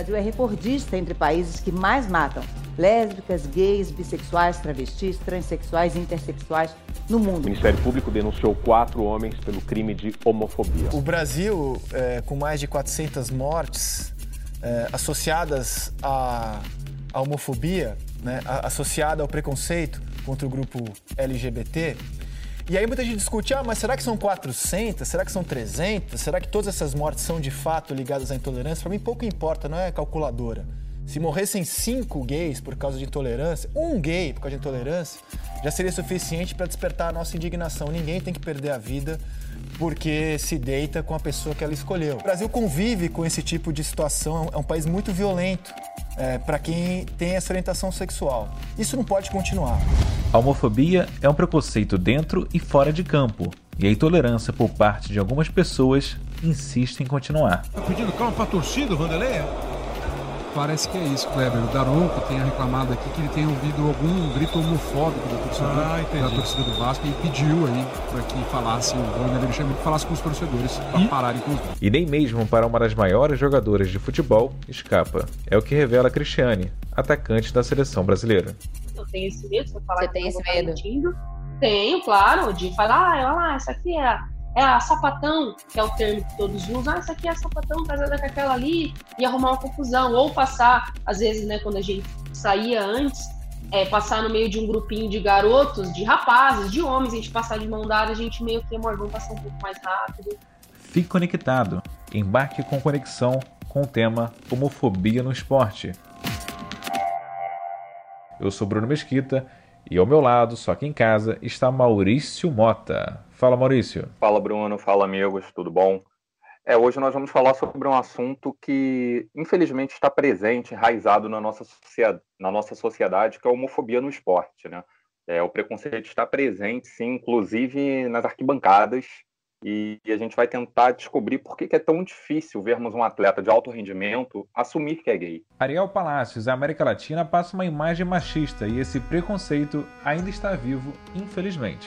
Brasil é recordista entre países que mais matam lésbicas, gays, bissexuais, travestis, transexuais e intersexuais no mundo. O Ministério Público denunciou 4 homens pelo crime de homofobia. O Brasil, com mais de 400 mortes associadas à homofobia, né, associada ao preconceito contra o grupo LGBT. E aí muita gente discute, mas será que são 400? Será que são 300? Será que todas essas mortes são de fato ligadas à intolerância? Para mim pouco importa, não é calculadora. Se morressem 5 gays por causa de intolerância, 1 gay por causa de intolerância, já seria suficiente para despertar a nossa indignação. Ninguém tem que perder a vida porque se deita com a pessoa que ela escolheu. O Brasil convive com esse tipo de situação, é um país muito violento para quem tem essa orientação sexual. Isso não pode continuar. A homofobia é um preconceito dentro e fora de campo, e a intolerância por parte de algumas pessoas insiste em continuar. Tá pedindo calma pra torcida, Vanderlei? Parece que é isso, Kleber. O Daronco tenha reclamado aqui que ele tenha ouvido algum grito homofóbico da torcida do Vasco e pediu aí para que falasse, o Vanderlei Luxemburgo falasse com os torcedores para pararem com os gritos. E nem mesmo para uma das maiores jogadoras de futebol escapa. É o que revela a Cristiane, atacante da seleção brasileira. Eu tenho esse medo, se eu falar. Você tem esse medo? Mentindo. Tenho, claro, de falar, olha lá, essa aqui é a sapatão, que é o termo que todos usam. Essa aqui é a sapatão casada com aquela ali, e arrumar uma confusão. Ou passar, às vezes, né, quando a gente saía antes, passar no meio de um grupinho de garotos, de rapazes, de homens, a gente passar de mão dada, a gente meio que, amor, vamos passar um pouco mais rápido. Fique conectado. Embarque com conexão com o tema homofobia no esporte. Eu sou Bruno Mesquita e ao meu lado, só que em casa, está Maurício Mota. Fala, Maurício. Fala, Bruno. Fala, amigos. Tudo bom? Hoje nós vamos falar sobre um assunto que, infelizmente, está presente, enraizado na nossa sociedade, que é a homofobia no esporte, né? O preconceito está presente, sim, inclusive nas arquibancadas, e a gente vai tentar descobrir por que é tão difícil vermos um atleta de alto rendimento assumir que é gay. Ariel Palacios, a América Latina passa uma imagem machista e esse preconceito ainda está vivo, infelizmente.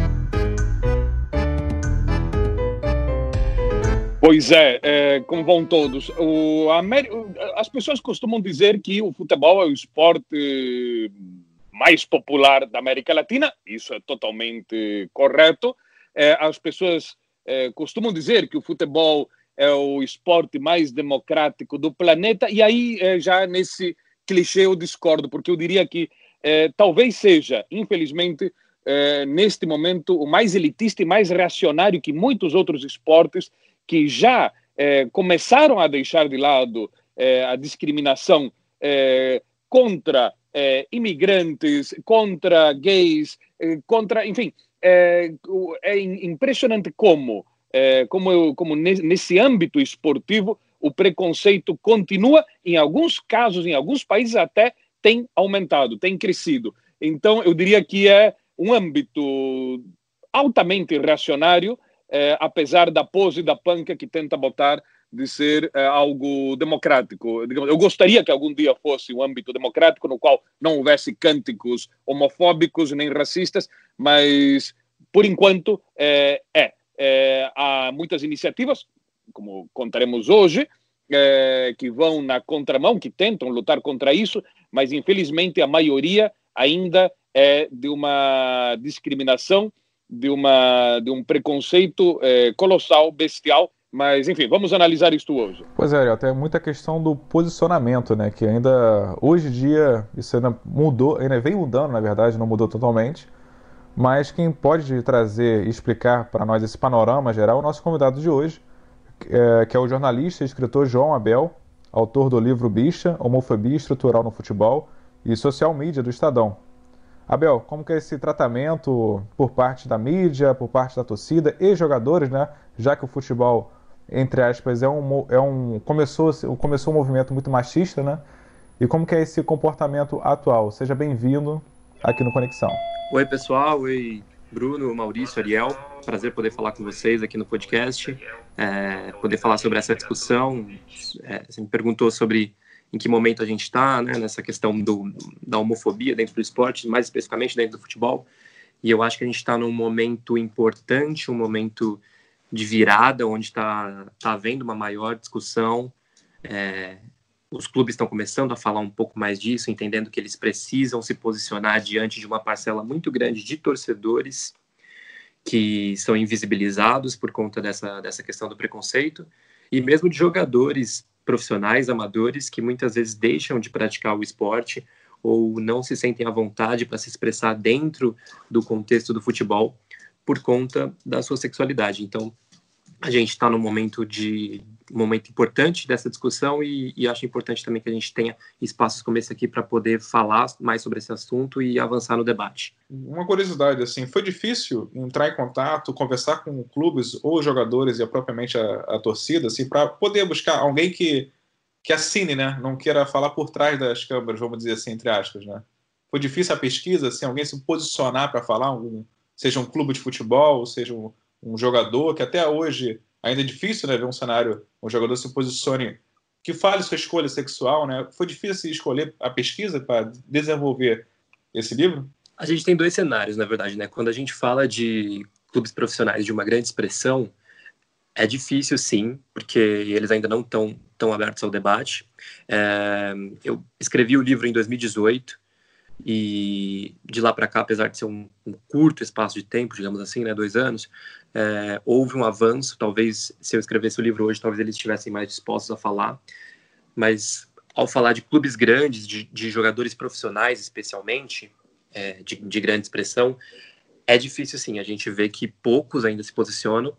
Pois como vão todos. As pessoas costumam dizer que o futebol é o esporte mais popular da América Latina. Isso é totalmente correto. As pessoas costumam dizer que o futebol é o esporte mais democrático do planeta. E aí, já nesse clichê, eu discordo, porque eu diria que talvez seja, infelizmente, neste momento, o mais elitista e mais reacionário que muitos outros esportes que já começaram a deixar de lado a discriminação contra imigrantes, contra gays, enfim, é impressionante como nesse âmbito esportivo o preconceito continua, em alguns casos, em alguns países até tem aumentado, tem crescido. Então, eu diria que é um âmbito altamente reacionário, apesar da pose da panca que tenta botar de ser algo democrático. Eu gostaria que algum dia fosse um âmbito democrático no qual não houvesse cânticos homofóbicos nem racistas, mas, por enquanto, há muitas iniciativas, como contaremos hoje, que vão na contramão, que tentam lutar contra isso, mas, infelizmente, a maioria ainda é de uma discriminação, de um preconceito colossal, bestial, mas, enfim, vamos analisar isto hoje. Pois é, Ariel, tem muita questão do posicionamento, né, que ainda, hoje em dia, isso ainda mudou, ainda vem mudando, na verdade, não mudou totalmente, mas quem pode trazer e explicar para nós esse panorama geral é o nosso convidado de hoje, que é o jornalista e escritor João Abel, autor do livro Bicha, Homofobia Estrutural no Futebol e Social Media do Estadão. Abel, como que é esse tratamento por parte da mídia, por parte da torcida e jogadores, né? Já que o futebol, entre aspas, começou um movimento muito machista, né? E como que é esse comportamento atual? Seja bem-vindo aqui no Conexão. Oi, pessoal. Oi, Bruno, Maurício, Ariel. Prazer poder falar com vocês aqui no podcast, poder falar sobre essa discussão. Você me perguntou sobre em que momento a gente está, né, nessa questão da homofobia dentro do esporte, mais especificamente dentro do futebol, e eu acho que a gente está num momento importante, um momento de virada, onde está havendo uma maior discussão os clubes estão começando a falar um pouco mais disso, entendendo que eles precisam se posicionar diante de uma parcela muito grande de torcedores que são invisibilizados por conta dessa questão do preconceito, e mesmo de jogadores profissionais, amadores, que muitas vezes deixam de praticar o esporte ou não se sentem à vontade para se expressar dentro do contexto do futebol por conta da sua sexualidade. Então, a gente está num momento importante dessa discussão e acho importante também que a gente tenha espaços como esse aqui para poder falar mais sobre esse assunto e avançar no debate. Uma curiosidade, assim, foi difícil entrar em contato, conversar com clubes ou jogadores e propriamente a torcida, assim, para poder buscar alguém que assine, né? Não queira falar por trás das câmeras, vamos dizer assim, entre aspas, né? Foi difícil a pesquisa, assim, alguém se posicionar para falar, seja um clube de futebol, seja um jogador, que até hoje ainda é difícil, né, ver um jogador se posicione, que fale sua escolha sexual, né? Foi difícil escolher a pesquisa para desenvolver esse livro? A gente tem dois cenários, na verdade, né? Quando a gente fala de clubes profissionais de uma grande expressão, é difícil, sim, porque eles ainda não estão tão abertos ao debate. Eu escrevi o livro em 2018, e de lá para cá, apesar de ser um curto espaço de tempo, digamos assim, né, 2 anos, houve um avanço. Talvez, se eu escrevesse o livro hoje, talvez eles estivessem mais dispostos a falar, mas ao falar de clubes grandes, de jogadores profissionais especialmente, de grande expressão, é difícil, sim. A gente vê que poucos ainda se posicionam,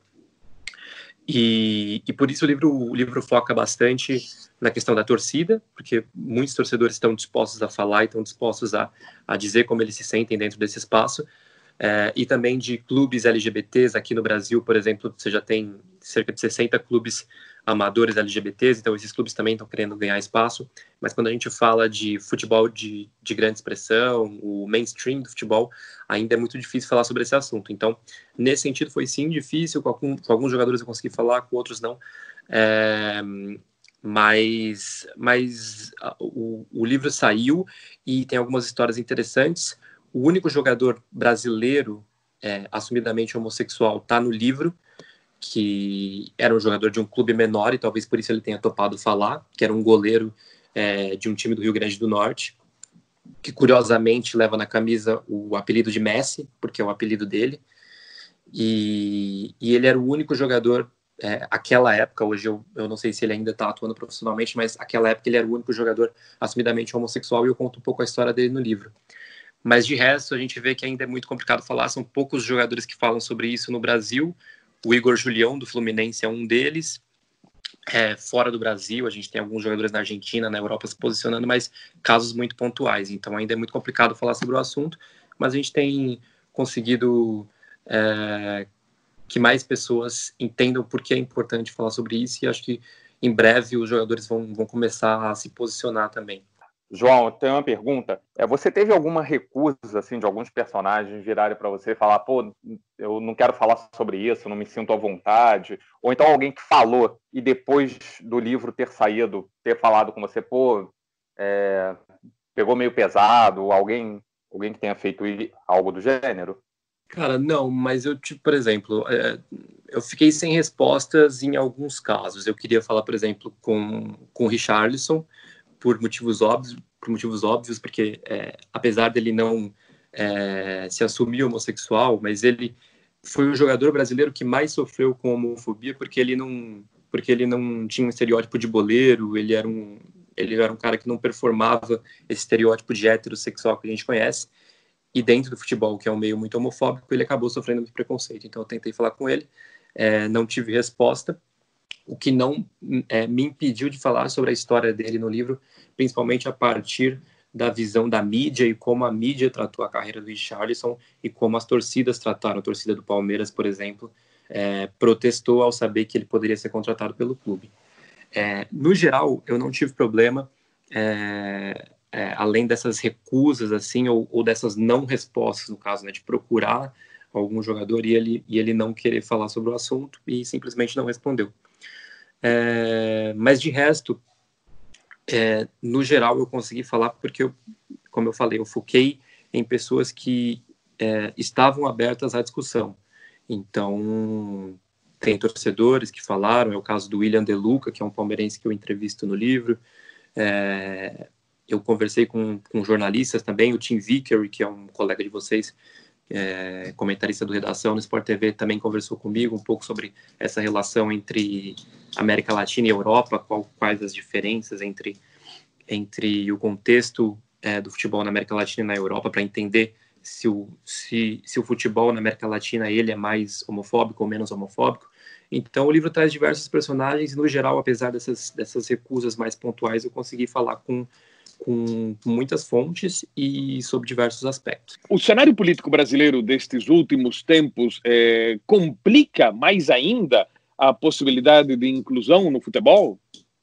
e por isso o livro foca bastante na questão da torcida, porque muitos torcedores estão dispostos a falar e estão dispostos a dizer como eles se sentem dentro desse espaço, e também de clubes LGBTs. Aqui no Brasil, por exemplo, você já tem cerca de 60 clubes amadores LGBTs, então esses clubes também estão querendo ganhar espaço, mas quando a gente fala de futebol de grande expressão, o mainstream do futebol, ainda é muito difícil falar sobre esse assunto. Então, nesse sentido, foi sim difícil, com alguns jogadores eu consegui falar, com outros não, mas o livro saiu e tem algumas histórias interessantes. O único jogador brasileiro assumidamente homossexual está no livro, que era um jogador de um clube menor, e talvez por isso ele tenha topado falar, que era um goleiro de um time do Rio Grande do Norte, que curiosamente leva na camisa o apelido de Messi, porque é o apelido dele, e ele era o único jogador, aquela época, hoje eu não sei se ele ainda está atuando profissionalmente, mas aquela época ele era o único jogador assumidamente homossexual, e eu conto um pouco a história dele no livro. Mas de resto, a gente vê que ainda é muito complicado falar, são poucos jogadores que falam sobre isso no Brasil. O Igor Julião, do Fluminense, é um deles. Fora do Brasil, a gente tem alguns jogadores na Argentina, na Europa se posicionando, mas casos muito pontuais. Então ainda é muito complicado falar sobre o assunto, mas a gente tem conseguido que mais pessoas entendam por que é importante falar sobre isso, e acho que em breve os jogadores vão começar a se posicionar também. João, eu tenho uma pergunta. Você teve alguma recusa, assim, de alguns personagens virarem para você e falar, pô, eu não quero falar sobre isso, não me sinto à vontade? Ou então alguém que falou e depois do livro ter saído, ter falado com você, pô, pegou meio pesado, ou alguém que tenha feito algo do gênero? Cara, não, mas por exemplo, eu fiquei sem respostas em alguns casos. Eu queria falar, por exemplo, com o Richarlison, por motivos óbvios, porque apesar dele não se assumir homossexual, mas ele foi o jogador brasileiro que mais sofreu com homofobia, porque ele não tinha um estereótipo de boleiro, ele era um cara que não performava esse estereótipo de heterossexual que a gente conhece, e dentro do futebol, que é um meio muito homofóbico, ele acabou sofrendo de preconceito. Então eu tentei falar com ele, não tive resposta, o que não me impediu de falar sobre a história dele no livro, principalmente a partir da visão da mídia e como a mídia tratou a carreira do Richarlison e como as torcidas trataram. A torcida do Palmeiras, por exemplo, protestou ao saber que ele poderia ser contratado pelo clube. No geral, eu não tive problema, além dessas recusas, assim, ou dessas não respostas, no caso, né, de procurar algum jogador e ele não querer falar sobre o assunto e simplesmente não respondeu. Mas de resto, no geral eu consegui falar porque, como eu falei, eu foquei em pessoas que estavam abertas à discussão. Então, tem torcedores que falaram, é o caso do William De Luca, que é um palmeirense que eu entrevisto no livro, Eu conversei com jornalistas também, o Tim Vickery, que é um colega de vocês, comentarista do Redação no Sport TV, também conversou comigo um pouco sobre essa relação entre América Latina e Europa, quais as diferenças entre o contexto do futebol na América Latina e na Europa, para entender se o futebol na América Latina ele é mais homofóbico ou menos homofóbico. Então o livro traz diversos personagens e, no geral, apesar dessas recusas mais pontuais, eu consegui falar com muitas fontes e sobre diversos aspectos. O cenário político brasileiro destes últimos tempos complica mais ainda a possibilidade de inclusão no futebol?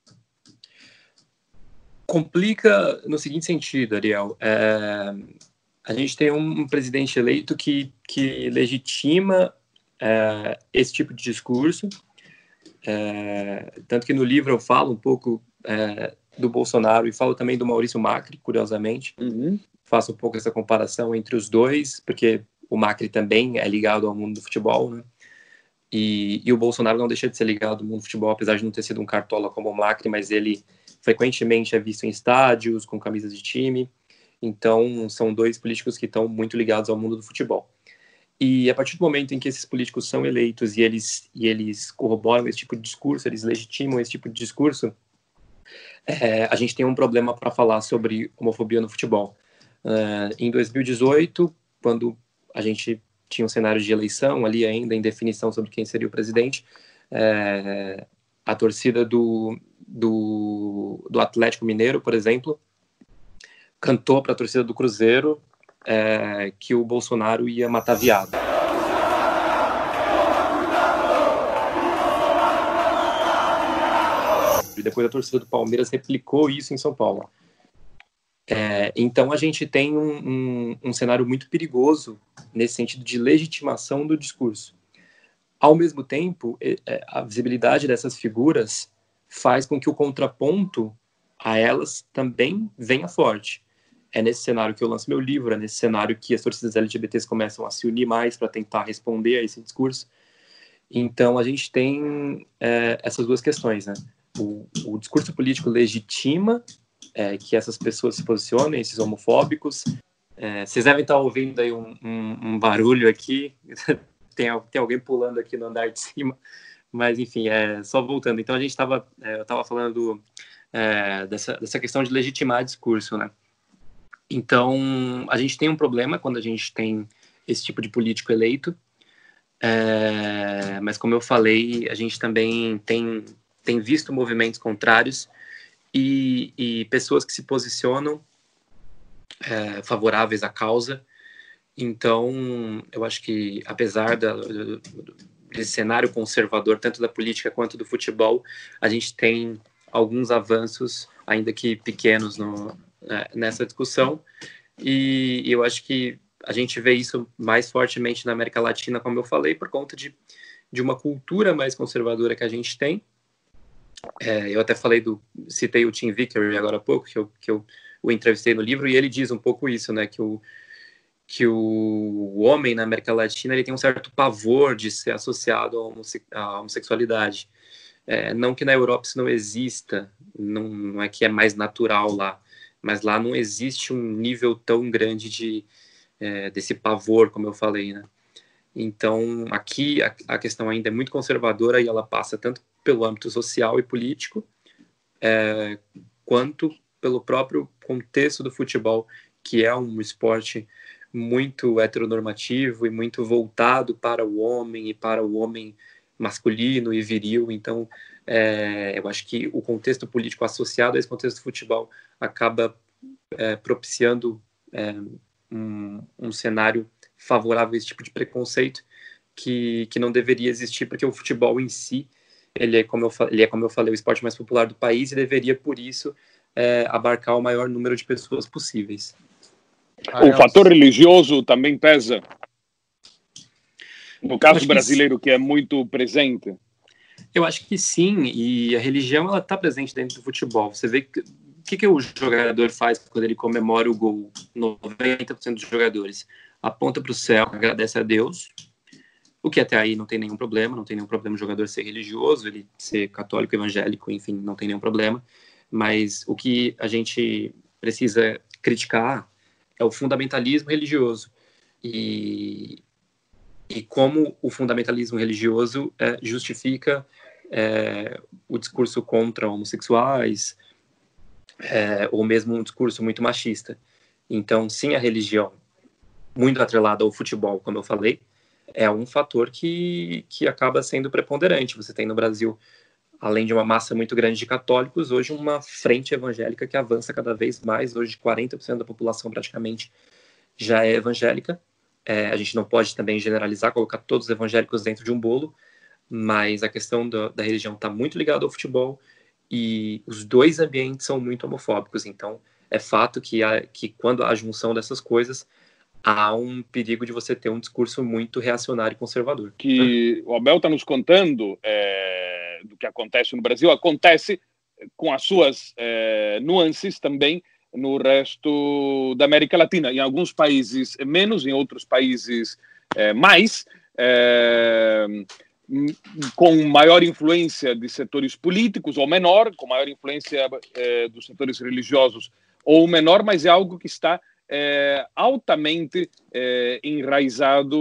Complica no seguinte sentido, Ariel. A gente tem um presidente eleito que legitima esse tipo de discurso. Tanto que no livro eu falo um pouco do Bolsonaro e falo também do Maurício Macri, curiosamente. Faço um pouco essa comparação entre os dois, porque o Macri também é ligado ao mundo do futebol, né? E o Bolsonaro não deixa de ser ligado ao mundo do futebol, apesar de não ter sido um cartola como o Macri, mas ele frequentemente é visto em estádios, com camisas de time. Então, são dois políticos que estão muito ligados ao mundo do futebol. E a partir do momento em que esses políticos são eleitos e eles corroboram esse tipo de discurso, eles legitimam esse tipo de discurso, a gente tem um problema para falar sobre homofobia no futebol. Em 2018, quando a gente tinha um cenário de eleição ali ainda em definição sobre quem seria o presidente, a torcida do Atlético Mineiro, por exemplo, cantou para a torcida do Cruzeiro que o Bolsonaro ia matar viado. E depois a torcida do Palmeiras replicou isso em São Paulo. Então a gente tem um cenário muito perigoso nesse sentido de legitimação do discurso. Ao mesmo tempo, a visibilidade dessas figuras faz com que o contraponto a elas também venha forte. É nesse cenário que eu lanço meu livro, é nesse cenário que as torcidas LGBTs começam a se unir mais para tentar responder a esse discurso. Então a gente tem essas duas questões, né? O discurso político legitima que essas pessoas se posicionem, esses homofóbicos. Vocês devem estar ouvindo aí um barulho aqui, tem alguém pulando aqui no andar de cima, mas enfim, só voltando. Então eu estava falando dessa questão de legitimar discurso, né? Então a gente tem um problema quando a gente tem esse tipo de político eleito, mas como eu falei, a gente também tem visto movimentos contrários e pessoas que se posicionam favoráveis à causa. Então, eu acho que, apesar desse cenário conservador, tanto da política quanto do futebol, a gente tem alguns avanços, ainda que pequenos, nessa discussão. E eu acho que a gente vê isso mais fortemente na América Latina, como eu falei, por conta de uma cultura mais conservadora que a gente tem. Eu até citei o Tim Vickery agora há pouco, que eu o entrevistei no livro, e ele diz um pouco isso, né, que o homem na América Latina ele tem um certo pavor de ser associado à homossexualidade. Não que na Europa isso não exista, não é que é mais natural lá, mas lá não existe um nível tão grande desse pavor, como eu falei, né? Então, aqui a questão ainda é muito conservadora e ela passa tanto pelo âmbito social e político, quanto pelo próprio contexto do futebol, que é um esporte muito heteronormativo e muito voltado para o homem e para o homem masculino e viril. Então, eu acho que o contexto político associado a esse contexto do futebol acaba propiciando um cenário favorável a esse tipo de preconceito que não deveria existir, porque o futebol em si, ele é, como eu falei, o esporte mais popular do país e deveria, por isso, abarcar o maior número de pessoas possíveis. O fator religioso também pesa? No caso brasileiro, que é muito presente? Eu acho que sim, e a religião ela está presente dentro do futebol. Você vê o que o jogador faz quando ele comemora o gol? 90% dos jogadores aponta para o céu, agradece a Deus, o que até aí não tem nenhum problema o jogador ser religioso, ele ser católico, evangélico, enfim, não tem nenhum problema. mas o que a gente precisa criticar é o fundamentalismo religioso e como o fundamentalismo religioso justifica o discurso contra homossexuais, ou mesmo um discurso muito machista. Então, sim, a religião, muito atrelada ao futebol, como eu falei, é um fator que acaba sendo preponderante. Você tem no Brasil, além de uma massa muito grande de católicos, hoje uma frente evangélica que avança cada vez mais. Hoje 40% da população praticamente já é evangélica. A gente não pode também generalizar, colocar todos os evangélicos dentro de um bolo, mas a questão da religião está muito ligada ao futebol e os dois ambientes são muito homofóbicos. Então, é fato que quando há a junção dessas coisas, há um perigo de você ter um discurso muito reacionário e conservador. Que o Abel está nos contando do que acontece no Brasil, acontece com as suas nuances também no resto da América Latina. Em alguns países menos, em outros países mais, com maior influência de setores políticos ou menor, com maior influência dos setores religiosos ou menor, mas é algo que está altamente enraizado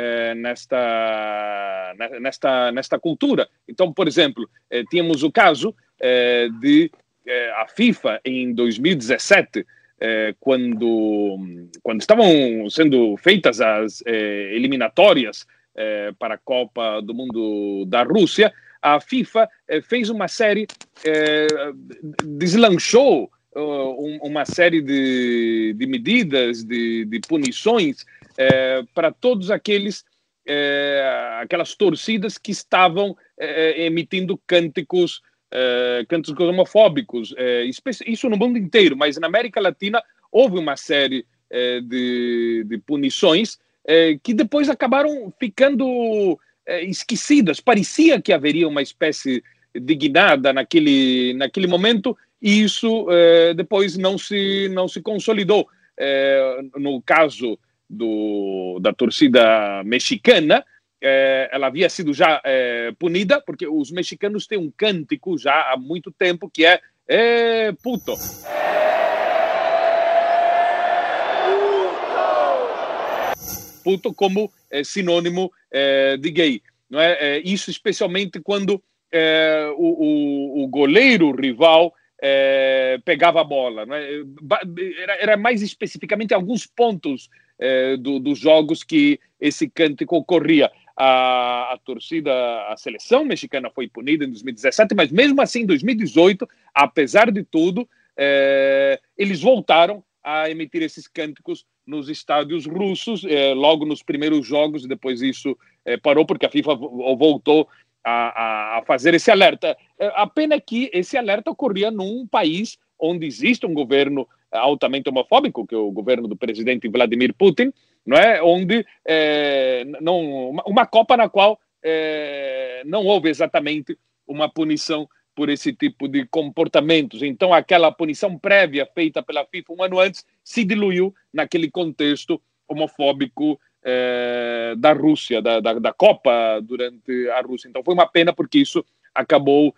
nesta cultura. Então, por exemplo, tínhamos o caso de a FIFA em 2017, quando estavam sendo feitas as eliminatórias para a Copa do Mundo da Rússia, a FIFA fez uma série, deslanchou uma série de medidas, de punições para todos aquelas torcidas que estavam emitindo cânticos homofóbicos. Isso no mundo inteiro, mas na América Latina houve uma série de punições que depois acabaram ficando esquecidas. Parecia que haveria uma espécie de guinada naquele momento, e isso depois não se consolidou. No caso da torcida mexicana, ela havia sido já punida, porque os mexicanos têm um cântico já há muito tempo que é puto. Puto como sinônimo de gay. Não é? Isso especialmente quando o goleiro rival pegava a bola. Não é? Era mais especificamente alguns pontos dos jogos que esse cântico ocorria. A seleção mexicana foi punida em 2017, mas mesmo assim em 2018, apesar de tudo, eles voltaram a emitir esses cânticos nos estádios russos, logo nos primeiros jogos, e depois isso parou porque a FIFA voltou a fazer esse alerta. A pena é que esse alerta ocorria num país onde existe um governo altamente homofóbico, que é o governo do presidente Vladimir Putin, não é? Onde uma Copa na qual não houve exatamente uma punição por esse tipo de comportamentos. Então, aquela punição prévia feita pela FIFA um ano antes se diluiu naquele contexto homofóbico da Rússia, da Copa durante a Rússia. Então, foi uma pena porque isso acabou...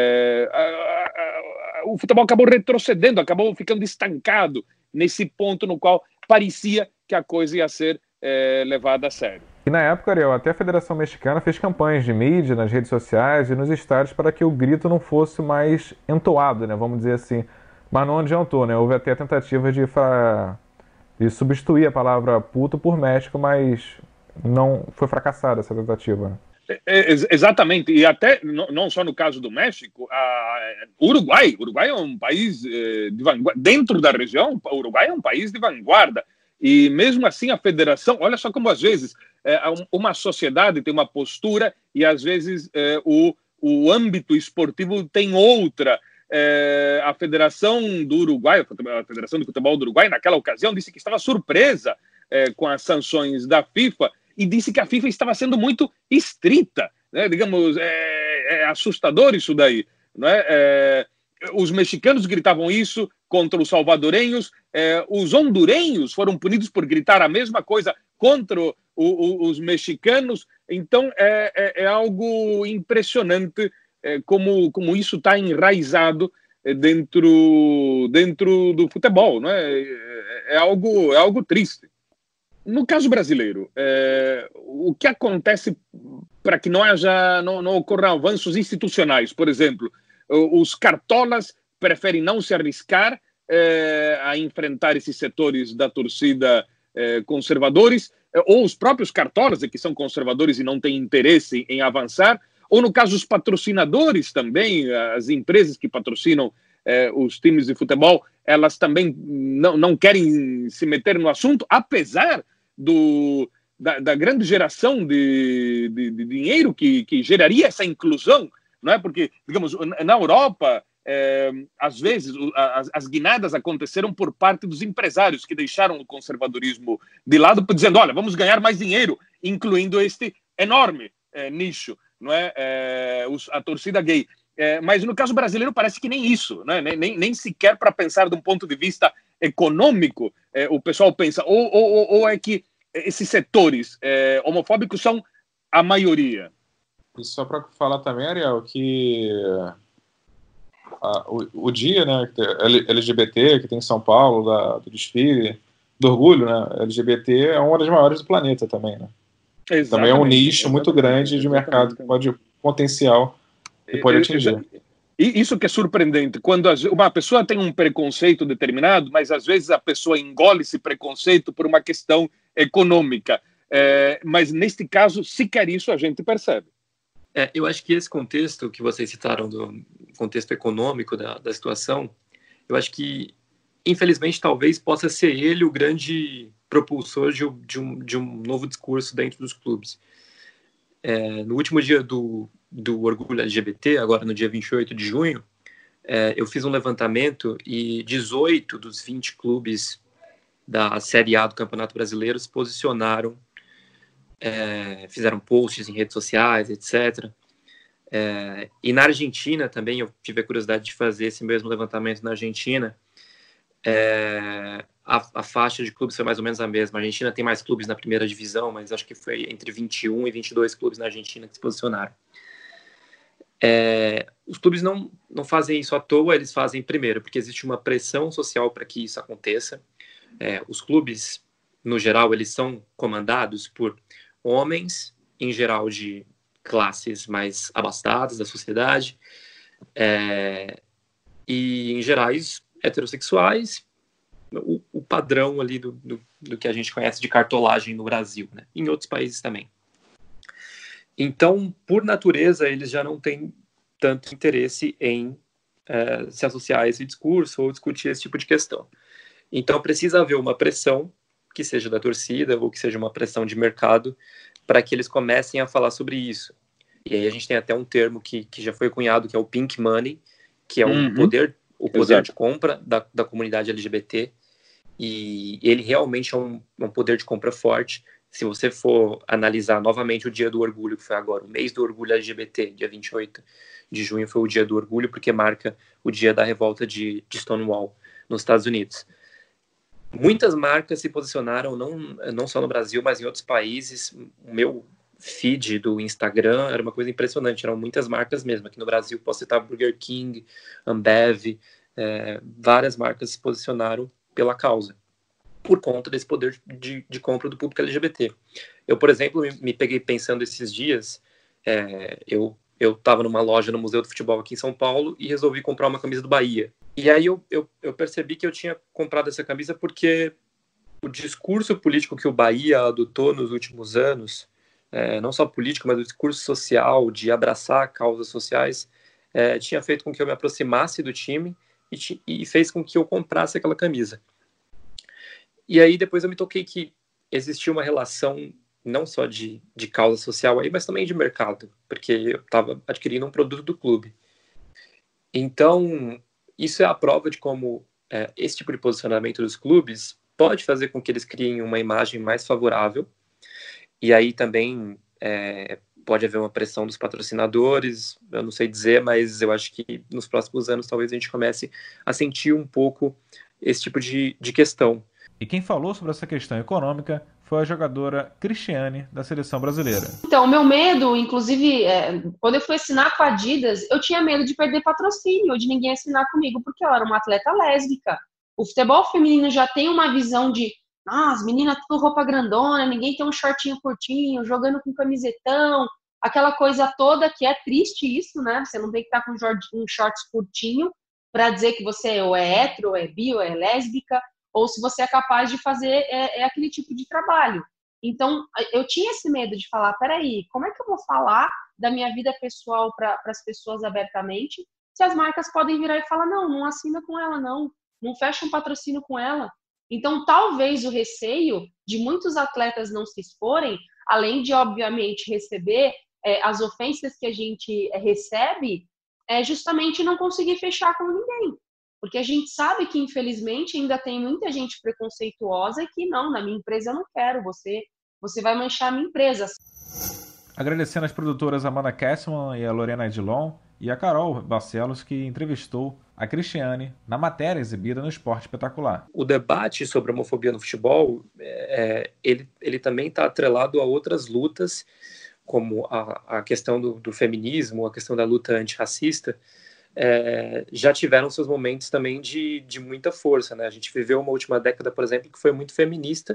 o futebol acabou retrocedendo, acabou ficando estancado nesse ponto no qual parecia que a coisa ia ser levada a sério. E na época, Ariel, até a Federação Mexicana fez campanhas de mídia nas redes sociais e nos estádios para que o grito não fosse mais entoado, né, vamos dizer assim. Mas não adiantou, né? Houve até a tentativa de substituir a palavra puto por México, mas não foi fracassada essa tentativa. Exatamente, e até não só no caso do México, o Uruguai é um país de vanguarda, dentro da região, o Uruguai é um país de vanguarda, e mesmo assim a federação, olha só como às vezes uma sociedade tem uma postura e às vezes o âmbito esportivo tem outra. A Federação do Uruguai, a Federação de Futebol do Uruguai, naquela ocasião disse que estava surpresa com as sanções da FIFA, e disse que a FIFA estava sendo muito estrita, né? Digamos, é assustador isso daí, não é? Os mexicanos gritavam isso contra os salvadorenhos, os hondurenhos foram punidos por gritar a mesma coisa contra os mexicanos. Então é algo impressionante como isso está enraizado dentro do futebol, não é? É algo triste. No caso brasileiro, o que acontece para que não ocorram avanços institucionais? Por exemplo, os cartolas preferem não se arriscar a enfrentar esses setores da torcida conservadores, ou os próprios cartolas, que são conservadores e não têm interesse em avançar, ou no caso os patrocinadores também, as empresas que patrocinam os times de futebol, elas também não querem se meter no assunto, apesar da grande geração de dinheiro que geraria essa inclusão, não é? Porque, digamos, na Europa, às vezes, as guinadas aconteceram por parte dos empresários que deixaram o conservadorismo de lado, dizendo, olha, vamos ganhar mais dinheiro, incluindo este enorme nicho, não é? A torcida gay. Mas no caso brasileiro parece que nem isso, né? nem sequer para pensar de um ponto de vista econômico o pessoal pensa, ou é que esses setores homofóbicos são a maioria. E só para falar também, Ariel, que o dia, né, LGBT que tem em São Paulo, do desfile, do orgulho, né, LGBT é uma das maiores do planeta também, né? Exatamente, também é um nicho muito grande de mercado que pode potencial que pode atingir. E isso que é surpreendente, quando uma pessoa tem um preconceito determinado, mas às vezes a pessoa engole esse preconceito por uma questão econômica. Mas neste caso, sequer isso a gente percebe. Eu acho que esse contexto que vocês citaram, do contexto econômico da situação, eu acho que, infelizmente, talvez possa ser ele o grande propulsor de um novo discurso dentro dos clubes. No último dia do Orgulho LGBT, agora no dia 28 de junho, eu fiz um levantamento e 18 dos 20 clubes da Série A do Campeonato Brasileiro se posicionaram, fizeram posts em redes sociais, etc. E na Argentina também, eu tive a curiosidade de fazer esse mesmo levantamento na Argentina. A faixa de clubes foi mais ou menos a mesma. A Argentina tem mais clubes na primeira divisão, mas acho que foi entre 21 e 22 clubes na Argentina que se posicionaram. Os clubes não fazem isso à toa, eles fazem primeiro, porque existe uma pressão social para que isso aconteça. Os clubes, no geral, eles são comandados por homens, em geral de classes mais abastadas da sociedade, e em gerais heterossexuais, o padrão ali do que a gente conhece de cartolagem no Brasil, né? Em outros países também. Então, por natureza, eles já não têm tanto interesse em se associar a esse discurso ou discutir esse tipo de questão. Então, precisa haver uma pressão, que seja da torcida ou que seja uma pressão de mercado, para que eles comecem a falar sobre isso. E aí a gente tem até um termo que já foi cunhado, que é o pink money, que é o poder de compra da comunidade LGBT, e ele realmente é um poder de compra forte. Se você for analisar novamente o Dia do Orgulho, que foi agora, o mês do Orgulho LGBT, dia 28 de junho foi o Dia do Orgulho, porque marca o dia da revolta de Stonewall, nos Estados Unidos. Muitas marcas se posicionaram, não só no Brasil, mas em outros países. O meu feed do Instagram era uma coisa impressionante, eram muitas marcas mesmo. Aqui no Brasil posso citar Burger King, Ambev, várias marcas se posicionaram pela causa, por conta desse poder de compra do público LGBT. Eu, por exemplo, me peguei pensando esses dias, eu estava numa loja no Museu do Futebol aqui em São Paulo e resolvi comprar uma camisa do Bahia. E aí eu percebi que eu tinha comprado essa camisa porque o discurso político que o Bahia adotou nos últimos anos, não só político, mas o discurso social, de abraçar causas sociais, tinha feito com que eu me aproximasse do time e fez com que eu comprasse aquela camisa. E aí depois eu me toquei que existia uma relação não só de causa social aí, mas também de mercado, porque eu estava adquirindo um produto do clube. Então, isso é a prova de como esse tipo de posicionamento dos clubes pode fazer com que eles criem uma imagem mais favorável, e aí também pode haver uma pressão dos patrocinadores, eu não sei dizer, mas eu acho que nos próximos anos talvez a gente comece a sentir um pouco esse tipo de questão. E quem falou sobre essa questão econômica foi a jogadora Cristiane, da seleção brasileira. Então, o meu medo, inclusive, quando eu fui assinar com a Adidas, eu tinha medo de perder patrocínio, ou de ninguém assinar comigo, porque eu era uma atleta lésbica. O futebol feminino já tem uma visão de as meninas tudo roupa grandona, ninguém tem um shortinho curtinho, jogando com camisetão, aquela coisa toda, que é triste isso, né? Você não tem que estar com um shorts curtinho para dizer que você ou é hétero, ou é bi, ou é lésbica, ou se você é capaz de fazer aquele tipo de trabalho. Então, eu tinha esse medo de falar, peraí, como é que eu vou falar da minha vida pessoal para as pessoas abertamente, se as marcas podem virar e falar, não assina com ela, não fecha um patrocínio com ela. Então, talvez o receio de muitos atletas não se exporem, além de, obviamente, receber as ofensas que a gente recebe, é justamente não conseguir fechar com ninguém. Porque a gente sabe que, infelizmente, ainda tem muita gente preconceituosa que não, na minha empresa eu não quero, você vai manchar a minha empresa. Agradecendo as produtoras Amanda Kessman e a Lorena Edilon e a Carol Barcelos, que entrevistou a Cristiane na matéria exibida no Esporte Espetacular. O debate sobre a homofobia no futebol, ele também está atrelado a outras lutas, como a questão do feminismo, a questão da luta antirracista, já tiveram seus momentos também de muita força, né? A gente viveu uma última década, por exemplo, que foi muito feminista,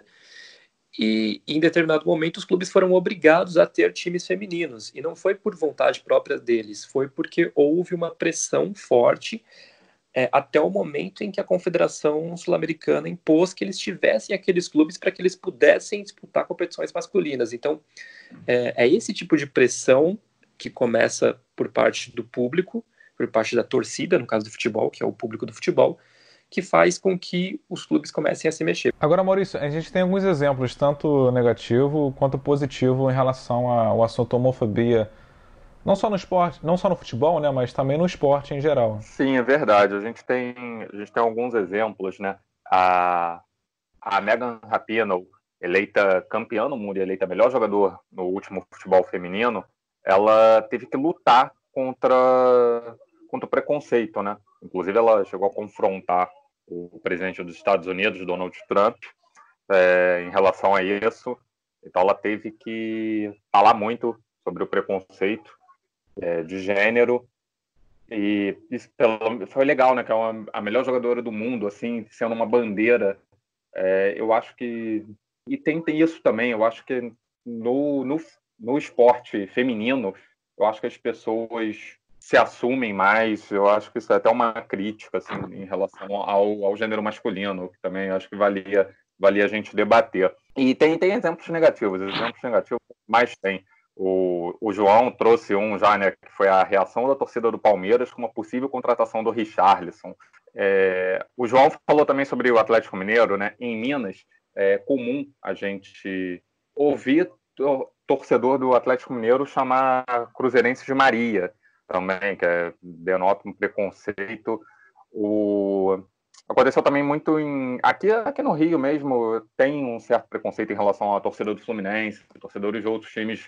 e em determinado momento os clubes foram obrigados a ter times femininos, e não foi por vontade própria deles, foi porque houve uma pressão forte até o momento em que a Confederação Sul-Americana impôs que eles tivessem aqueles clubes para que eles pudessem disputar competições masculinas. Então, é esse tipo de pressão que começa por parte do público, por parte da torcida, no caso do futebol, que é o público do futebol, que faz com que os clubes comecem a se mexer. Agora, Maurício, a gente tem alguns exemplos, tanto negativo quanto positivo, em relação ao assunto homofobia, não só no esporte, não só no futebol, né, mas também no esporte em geral. Sim, é verdade. A gente tem alguns exemplos, né? A Megan Rapinoe, eleita campeã no mundo e eleita melhor jogador no último futebol feminino, ela teve que lutar contra o preconceito, né? Inclusive, ela chegou a confrontar o presidente dos Estados Unidos, Donald Trump, em relação a isso. Então, ela teve que falar muito sobre o preconceito de gênero. E isso foi legal, né? Que é a melhor jogadora do mundo, assim, sendo uma bandeira. Eu acho que... E tem isso também. Eu acho que no esporte feminino, eu acho que as pessoas se assumem mais. Eu acho que isso é até uma crítica, assim, em relação ao gênero masculino, que também acho que valia a gente debater. E tem exemplos negativos, mas tem. O João trouxe um já, né, que foi a reação da torcida do Palmeiras com uma possível contratação do Richarlison. O João falou também sobre o Atlético Mineiro, né? Em Minas, é comum a gente ouvir torcedor do Atlético Mineiro chamar cruzeirense de Maria, também, que denota um preconceito. Aconteceu também muito aqui no Rio mesmo, tem um certo preconceito em relação à torcida do Fluminense, torcedores de outros times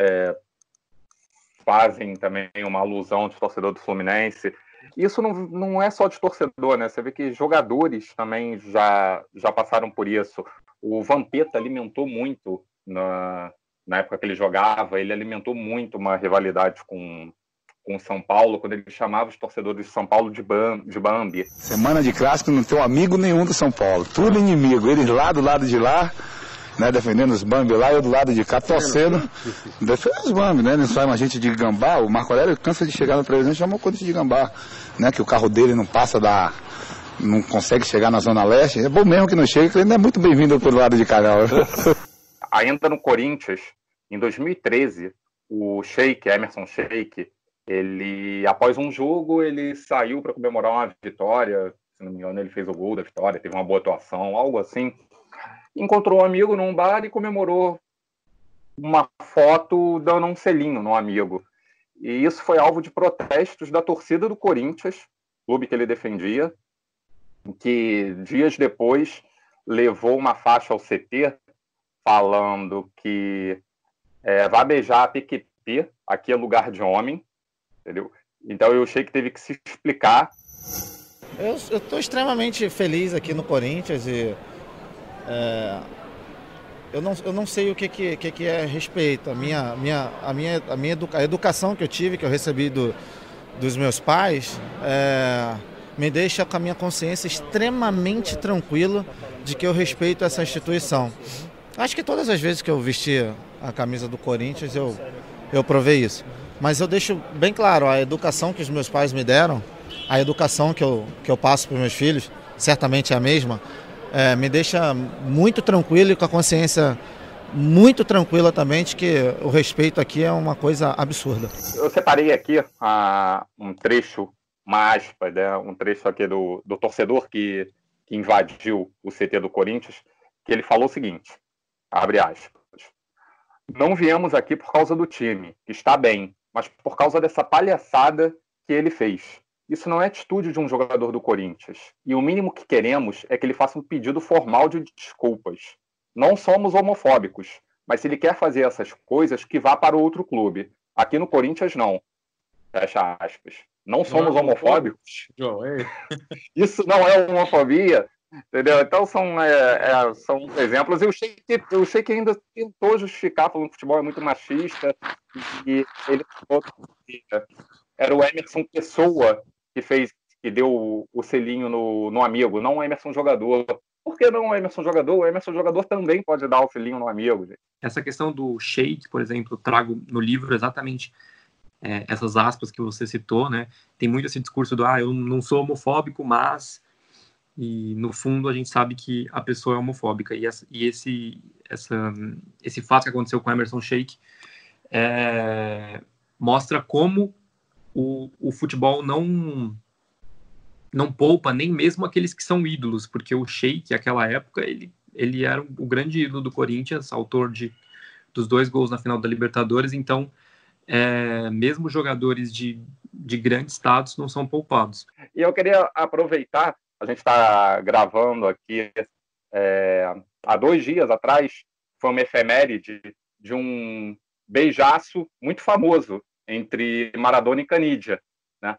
fazem também uma alusão de torcedor do Fluminense. Isso não é só de torcedor, né? Você vê que jogadores também já passaram por isso. O Vampeta alimentou muito, na época que ele jogava, ele alimentou muito uma rivalidade com o São Paulo, quando ele chamava os torcedores de São Paulo de Bambi. Semana de clássico, não tem amigo nenhum do São Paulo, tudo inimigo. Eles lá do lado de lá, né, defendendo os Bambi lá, e eu do lado de cá torcendo, defendendo os Bambi, né? Eles chamam a gente de gambá. O Marco Aurélio cansa de chegar no presidente e chamou a gente de gambá, né? Que o carro dele não passa não consegue chegar na Zona Leste. É bom mesmo que não chegue, que ele não é muito bem-vindo pelo lado de cá, não. Ainda no Corinthians, em 2013, o Emerson Sheik, ele, após um jogo, ele saiu para comemorar uma vitória, se não me engano, ele fez o gol da vitória, teve uma boa atuação, algo assim. Encontrou um amigo num bar e comemorou uma foto dando um selinho no amigo. E isso foi alvo de protestos da torcida do Corinthians, clube que ele defendia, que dias depois levou uma faixa ao CT falando que vai beijar a PQP, aqui é lugar de homem, entendeu? Então eu achei que teve que se explicar. Eu estou extremamente feliz aqui no Corinthians e eu não sei o que é respeito. A educação que eu tive, que eu recebi dos meus pais, me deixa com a minha consciência extremamente tranquila de que eu respeito essa instituição. Acho que todas as vezes que eu vesti a camisa do Corinthians, eu provei isso. Mas eu deixo bem claro, a educação que os meus pais me deram, a educação que eu passo para os meus filhos, certamente é a mesma, me deixa muito tranquilo e com a consciência muito tranquila também de que o respeito aqui é uma coisa absurda. Eu separei aqui um trecho, uma aspa, né, um trecho aqui do torcedor que invadiu o CT do Corinthians, que ele falou o seguinte, abre aspas, não viemos aqui por causa do time, que está bem, mas por causa dessa palhaçada que ele fez. Isso não é atitude de um jogador do Corinthians. E o mínimo que queremos é que ele faça um pedido formal de desculpas. Não somos homofóbicos, mas se ele quer fazer essas coisas, que vá para outro clube. Aqui no Corinthians, não. Fecha aspas. Não somos homofóbicos. Isso não é homofobia. Entendeu? Então são exemplos. Eu sei que ainda tentou justificar, falando que o futebol é muito machista. E ele falou que era o Emerson Pessoa que deu o selinho no amigo, não o Emerson jogador. Por que não o Emerson jogador? O Emerson jogador também pode dar o selinho no amigo. Gente. Essa questão do shake, por exemplo, eu trago no livro exatamente essas aspas que você citou, né? Tem muito esse discurso do eu não sou homofóbico, mas... E, no fundo, a gente sabe que a pessoa é homofóbica. E esse fato que aconteceu com o Emerson Sheik mostra como o futebol não poupa nem mesmo aqueles que são ídolos, porque o Sheik, naquela época, ele era o grande ídolo do Corinthians, autor dos 2 gols na final da Libertadores, então mesmo jogadores de grande status não são poupados. E eu queria aproveitar, a gente está gravando aqui há 2 dias atrás, foi uma efeméride de um beijaço muito famoso entre Maradona e Canidia, né?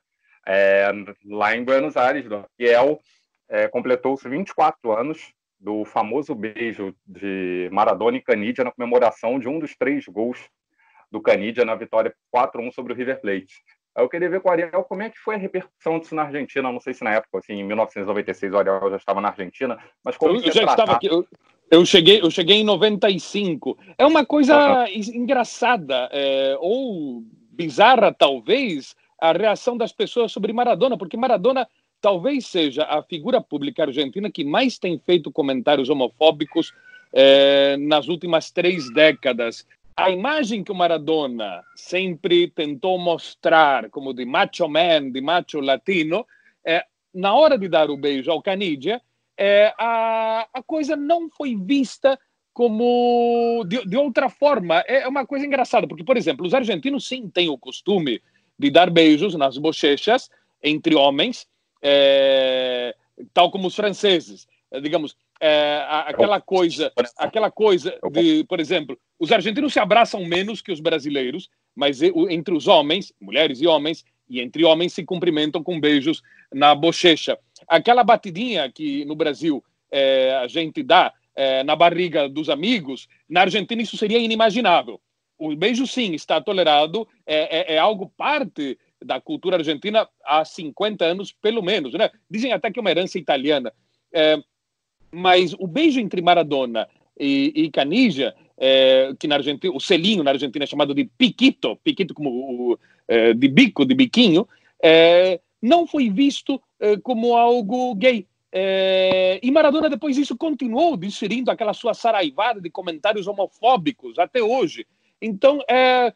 Lá em Buenos Aires, do Kiel, completou-se 24 anos do famoso beijo de Maradona e Canidia na comemoração de um dos 3 gols do Canidia na vitória 4-1 sobre o River Plate. Eu queria ver com o Ariel como é que foi a repercussão disso na Argentina. Não sei se na época, assim, em 1996, o Ariel já estava na Argentina, mas como eu já estava aqui. Eu cheguei em 95. É uma coisa engraçada, ou bizarra, talvez, a reação das pessoas sobre Maradona, porque Maradona talvez seja a figura pública argentina que mais tem feito comentários homofóbicos nas últimas 3 décadas. A imagem que o Maradona sempre tentou mostrar como de macho man, de macho latino, na hora de dar o beijo ao Canidia, a coisa não foi vista como de outra forma. É uma coisa engraçada, porque, por exemplo, os argentinos sim têm o costume de dar beijos nas bochechas entre homens, tal como os franceses. Digamos, aquela coisa de, por exemplo, os argentinos se abraçam menos que os brasileiros, mas entre os homens, mulheres e homens, e entre homens se cumprimentam com beijos na bochecha. Aquela batidinha que no Brasil a gente dá na barriga dos amigos, na Argentina isso seria inimaginável. O beijo, sim, está tolerado, é algo parte da cultura argentina há 50 anos, pelo menos, né? Dizem até que é uma herança italiana. Mas o beijo entre Maradona e Canidia, que na Argentina, o selinho na Argentina é chamado de piquito como de bico, de biquinho, não foi visto como algo gay. E Maradona depois disso continuou desferindo aquela sua saraivada de comentários homofóbicos até hoje. Então é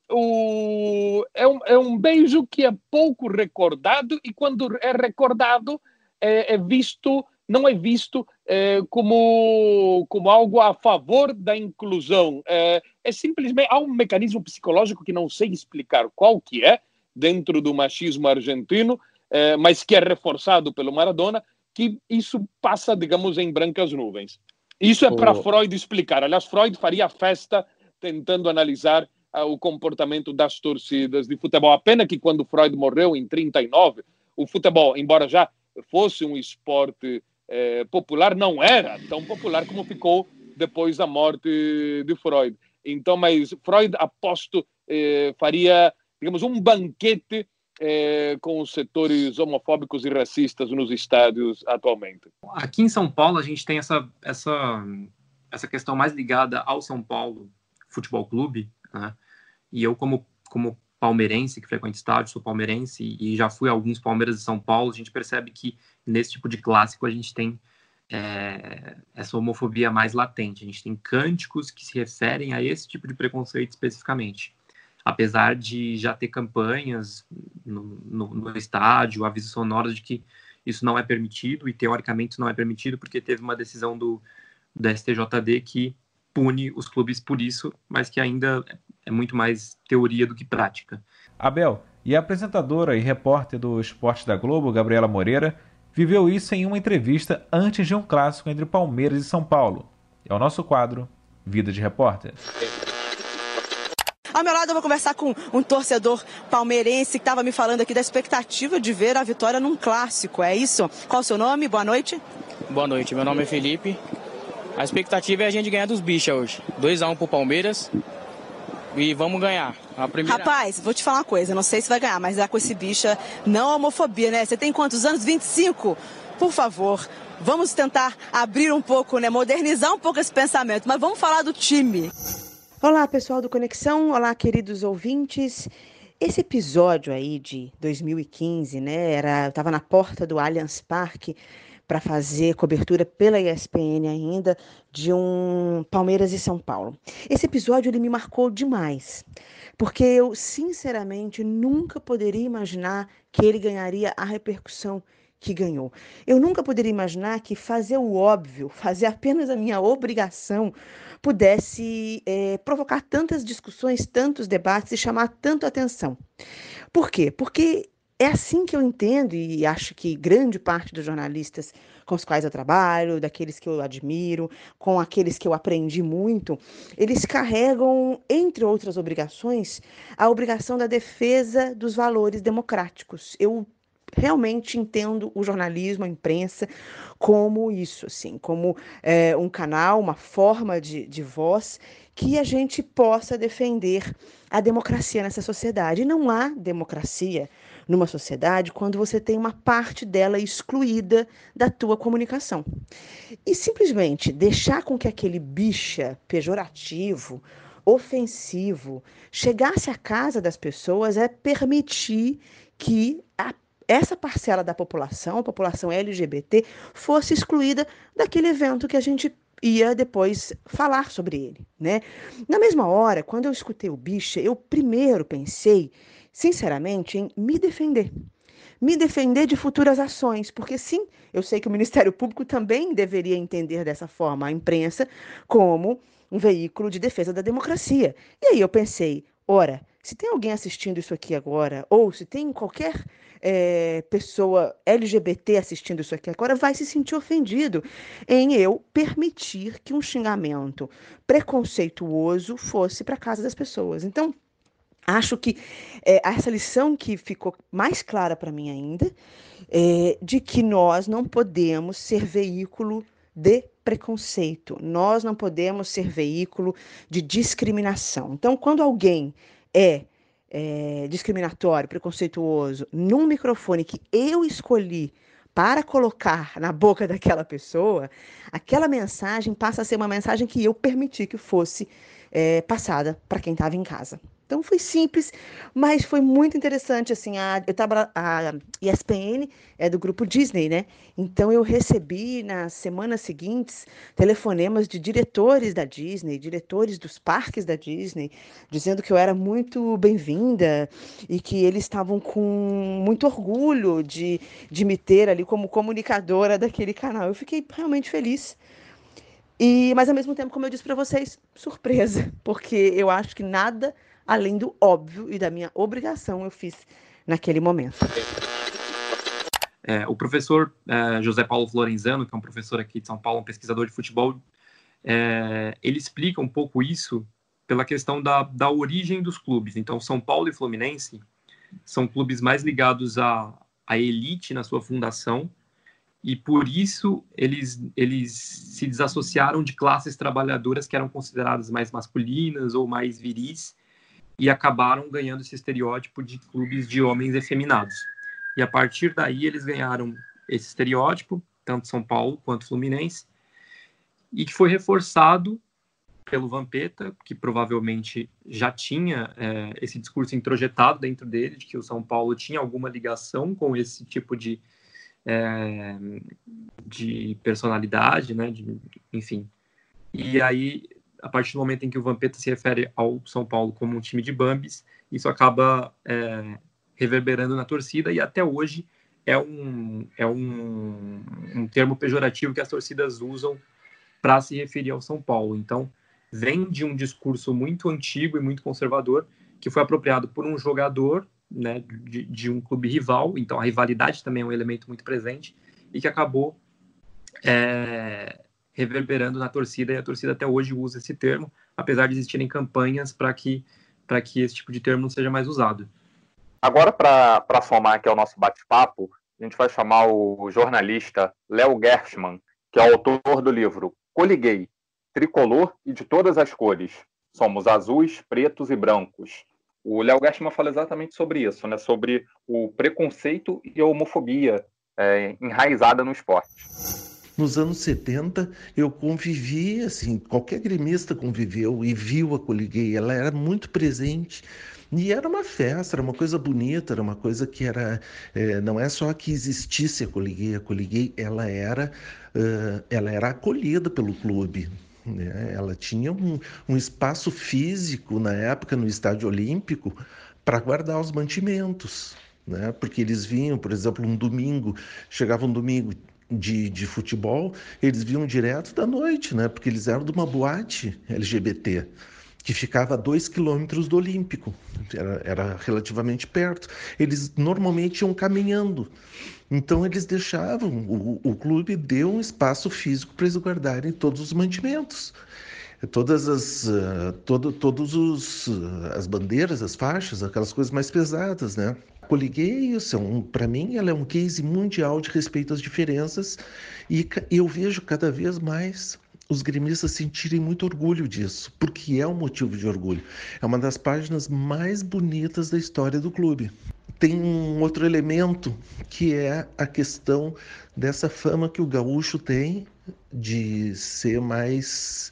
um beijo que é pouco recordado, e quando é recordado não é visto como algo a favor da inclusão. Simplesmente há um mecanismo psicológico que não sei explicar qual que é dentro do machismo argentino, mas que é reforçado pelo Maradona, que isso passa, digamos, em brancas nuvens. Isso é para Freud explicar. Aliás, Freud faria festa tentando analisar o comportamento das torcidas de futebol. A pena que quando Freud morreu em 1939, o futebol, embora já fosse um esporte popular, não era tão popular como ficou depois da morte de Freud. Então, mas Freud, aposto, faria, digamos, um banquete com os setores homofóbicos e racistas nos estádios atualmente. Aqui em São Paulo, a gente tem essa questão mais ligada ao São Paulo Futebol Clube, né? E eu, como palmeirense, que frequenta estádio, sou palmeirense e já fui a alguns Palmeiras de São Paulo, a gente percebe que nesse tipo de clássico a gente tem essa homofobia mais latente. A gente tem cânticos que se referem a esse tipo de preconceito especificamente. Apesar de já ter campanhas no estádio, avisos sonoros de que isso não é permitido, e teoricamente isso não é permitido porque teve uma decisão da STJD que pune os clubes por isso, mas que ainda é muito mais teoria do que prática. Abel, e a apresentadora e repórter do Esporte da Globo, Gabriela Moreira, viveu isso em uma entrevista antes de um clássico entre Palmeiras e São Paulo. É o nosso quadro Vida de Repórter. Ao meu lado eu vou conversar com um torcedor palmeirense que estava me falando aqui da expectativa de ver a vitória num clássico, é isso? Qual o seu nome? Boa noite. Boa noite, meu nome é Felipe. A expectativa é a gente ganhar dos bichas hoje. 2-1 pro Palmeiras e vamos ganhar. Rapaz, vou te falar uma coisa, não sei se vai ganhar, mas com esse bicha não é homofobia, né? Você tem quantos anos? 25? Por favor, vamos tentar abrir um pouco, né? Modernizar um pouco esse pensamento, mas vamos falar do time. Olá, pessoal do Conexão, olá, queridos ouvintes. Esse episódio aí de 2015, né, eu estava na porta do Allianz Parque para fazer cobertura pela ESPN ainda de um Palmeiras e São Paulo. Esse episódio ele me marcou demais, porque eu, sinceramente, nunca poderia imaginar que ele ganharia a repercussão que ganhou. Eu nunca poderia imaginar que fazer o óbvio, fazer apenas a minha obrigação, pudesse provocar tantas discussões, tantos debates e chamar tanto atenção. Por quê? Porque é assim que eu entendo e acho que grande parte dos jornalistas com os quais eu trabalho, daqueles que eu admiro, com aqueles que eu aprendi muito, eles carregam, entre outras obrigações, a obrigação da defesa dos valores democráticos. Eu realmente entendo o jornalismo, a imprensa, como isso, assim, como um canal, uma forma de voz que a gente possa defender a democracia nessa sociedade. E não há democracia numa sociedade quando você tem uma parte dela excluída da tua comunicação. E simplesmente deixar com que aquele bicha pejorativo, ofensivo, chegasse à casa das pessoas é permitir que essa parcela da população, a população LGBT, fosse excluída daquele evento que a gente ia depois falar sobre ele, né? Na mesma hora, quando eu escutei o bicha, eu primeiro pensei, sinceramente, em me defender de futuras ações, porque sim, eu sei que o Ministério Público também deveria entender dessa forma a imprensa como um veículo de defesa da democracia. E aí eu pensei, ora, se tem alguém assistindo isso aqui agora, ou se tem qualquer pessoa LGBT assistindo isso aqui agora, vai se sentir ofendido em eu permitir que um xingamento preconceituoso fosse para a casa das pessoas. Então, acho que essa lição que ficou mais clara para mim ainda é de que nós não podemos ser veículo de preconceito, nós não podemos ser veículo de discriminação. Então, quando alguém é discriminatório, preconceituoso, num microfone que eu escolhi para colocar na boca daquela pessoa, aquela mensagem passa a ser uma mensagem que eu permiti que fosse passada para quem estava em casa. Então foi simples, mas foi muito interessante, assim, a ESPN é do grupo Disney, né? Então eu recebi nas semanas seguintes telefonemas de diretores da Disney, diretores dos parques da Disney, dizendo que eu era muito bem-vinda e que eles estavam com muito orgulho de me ter ali como comunicadora daquele canal. Eu fiquei realmente feliz. Mas ao mesmo tempo, como eu disse para vocês, surpresa, porque eu acho que nada além do óbvio e da minha obrigação eu fiz naquele momento. O professor José Paulo Florenzano, que é um professor aqui de São Paulo, um pesquisador de futebol, ele explica um pouco isso pela questão da origem dos clubes. Então, São Paulo e Fluminense são clubes mais ligados à elite na sua fundação e por isso eles se desassociaram de classes trabalhadoras que eram consideradas mais masculinas ou mais viris, e acabaram ganhando esse estereótipo de clubes de homens efeminados. E a partir daí eles ganharam esse estereótipo, tanto São Paulo quanto Fluminense, e que foi reforçado pelo Vampeta, que provavelmente já tinha esse discurso introjetado dentro dele, de que o São Paulo tinha alguma ligação com esse tipo de personalidade, né? Enfim. E aí, a partir do momento em que o Vampeta se refere ao São Paulo como um time de Bambis, isso acaba reverberando na torcida, e até hoje é um termo pejorativo que as torcidas usam para se referir ao São Paulo. Então, vem de um discurso muito antigo e muito conservador, que foi apropriado por um jogador, né, de um clube rival. Então, a rivalidade também é um elemento muito presente, e que acabou reverberando na torcida, e a torcida até hoje usa esse termo, apesar de existirem campanhas para que esse tipo de termo não seja mais usado. Agora, para somar aqui ao nosso bate-papo, a gente vai chamar o jornalista Léo Gershman, que é o autor do livro Coliguei, Tricolor e de todas as cores. Somos azuis, pretos e brancos. O Léo Gershman fala exatamente sobre isso, né? Sobre o preconceito e a homofobia enraizada no esporte. Nos anos 70, eu convivi, assim, qualquer gremista conviveu e viu a Coliguei. Ela era muito presente. E era uma festa, era uma coisa bonita, era uma coisa que era... não é só que existisse a Coliguei ela era acolhida pelo clube. Ela tinha um espaço físico, na época, no Estádio Olímpico, para guardar os mantimentos, né? Porque eles vinham, por exemplo, chegava um domingo de futebol, eles vinham direto da noite, né? Porque eles eram de uma boate LGBT, que ficava a 2 quilômetros do Olímpico, era relativamente perto. Eles normalmente iam caminhando, então eles deixavam, o clube deu um espaço físico para eles guardarem todos os mantimentos, todas as bandeiras, as faixas, aquelas coisas mais pesadas, né? Coliguei, para mim, ela é um case mundial de respeito às diferenças, e eu vejo cada vez mais os gremistas sentirem muito orgulho disso, porque é um motivo de orgulho. É uma das páginas mais bonitas da história do clube. Tem um outro elemento, que é a questão dessa fama que o gaúcho tem de ser mais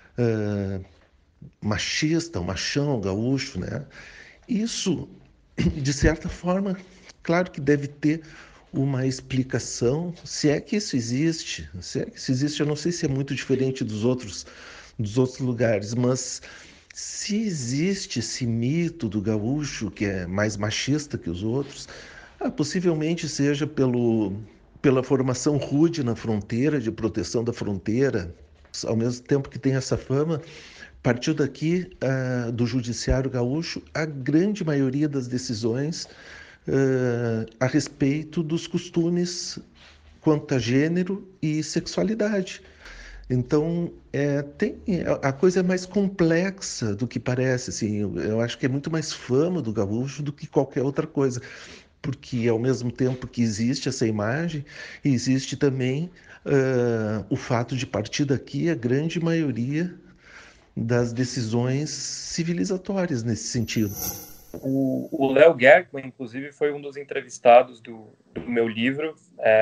machista, o machão gaúcho, né? Isso, de certa forma, claro que deve ter uma explicação, se é que isso existe. Eu não sei se é muito diferente dos outros lugares, mas se existe esse mito do gaúcho que é mais machista que os outros, possivelmente seja pela formação rude na fronteira, de proteção da fronteira. Ao mesmo tempo que tem essa fama, partiu daqui do judiciário gaúcho a grande maioria das decisões a respeito dos costumes quanto a gênero e sexualidade. Então, a coisa é mais complexa do que parece. Assim, eu acho que é muito mais fama do gaúcho do que qualquer outra coisa, porque ao mesmo tempo que existe essa imagem, existe também o fato de partir daqui a grande maioria das decisões civilizatórias nesse sentido. O Léo Gershman, inclusive, foi um dos entrevistados do meu livro.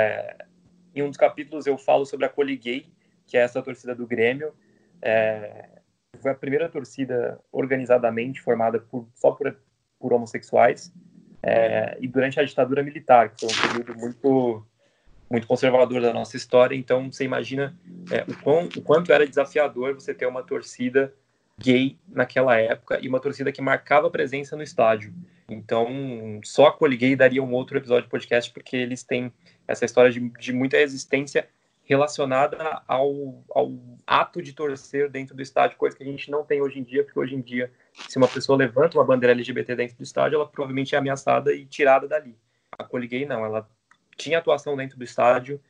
Em um dos capítulos eu falo sobre a Coliguei, que é essa torcida do Grêmio. Foi a primeira torcida organizadamente formada só por homossexuais, e durante a ditadura militar, que foi um período muito, muito conservador da nossa história. Então você imagina o quanto era desafiador você ter uma torcida gay naquela época, e uma torcida que marcava presença no estádio. Então, só a Coliguei daria um outro episódio de podcast, porque eles têm essa história de muita resistência relacionada ao ato de torcer dentro do estádio, coisa que a gente não tem hoje em dia, porque hoje em dia, se uma pessoa levanta uma bandeira LGBT dentro do estádio, ela provavelmente é ameaçada e tirada dali. A Coliguei não, ela tinha atuação dentro do estádio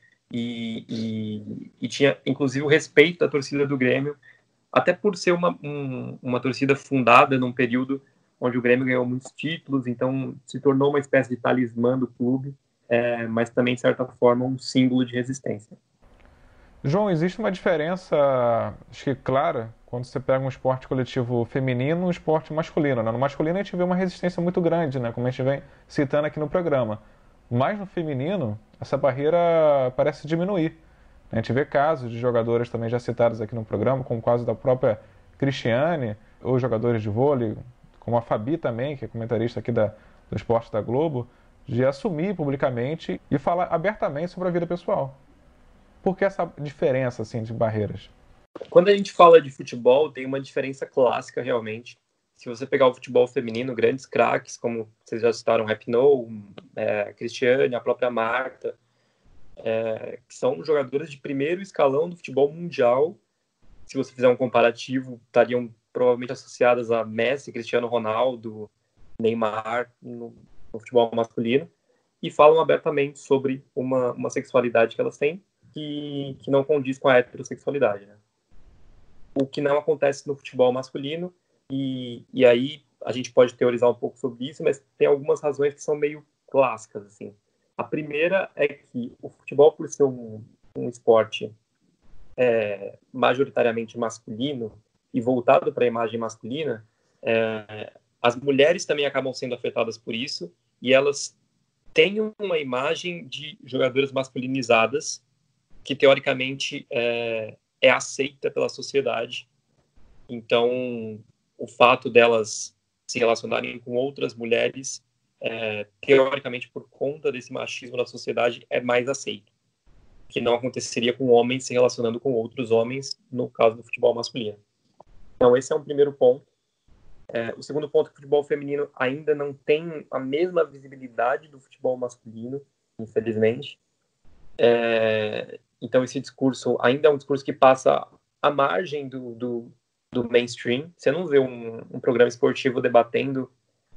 e tinha, inclusive, o respeito da torcida do Grêmio, até por ser uma torcida fundada num período onde o Grêmio ganhou muitos títulos, então se tornou uma espécie de talismã do clube. mas também, de certa forma, um símbolo de resistência. João, existe uma diferença, acho que clara, quando você pega um esporte coletivo feminino e um esporte masculino, né? No masculino a gente vê uma resistência muito grande, né? Como a gente vem citando aqui no programa. Mas no feminino, essa barreira parece diminuir. A gente vê casos de jogadoras também já citadas aqui no programa, como o caso da própria Cristiane, ou jogadores de vôlei, como a Fabi também, que é comentarista aqui do Esporte da Globo, de assumir publicamente e falar abertamente sobre a vida pessoal. Por que essa diferença assim, de barreiras? Quando a gente fala de futebol, tem uma diferença clássica realmente. Se você pegar o futebol feminino, grandes craques, como vocês já citaram, Rapinoe, a Cristiane, a própria Marta, que são jogadoras de primeiro escalão do futebol mundial. Se você fizer um comparativo, estariam provavelmente associadas a Messi, Cristiano Ronaldo, Neymar no futebol masculino, e falam abertamente sobre uma sexualidade que elas têm que não condiz com a heterossexualidade, né? O que não acontece no futebol masculino, e aí a gente pode teorizar um pouco sobre isso, mas tem algumas razões que são meio clássicas, assim. A primeira é que o futebol, por ser um esporte majoritariamente masculino e voltado para a imagem masculina, as mulheres também acabam sendo afetadas por isso, e elas têm uma imagem de jogadoras masculinizadas que, teoricamente, é aceita pela sociedade. Então, o fato delas se relacionarem com outras mulheres, teoricamente, por conta desse machismo da sociedade, é mais aceito, que não aconteceria com homens se relacionando com outros homens, no caso do futebol masculino. Então, esse é um primeiro ponto. O segundo ponto é que o futebol feminino ainda não tem a mesma visibilidade do futebol masculino, infelizmente. Então, esse discurso ainda é um discurso que passa à margem do mainstream. Você não vê um programa esportivo debatendo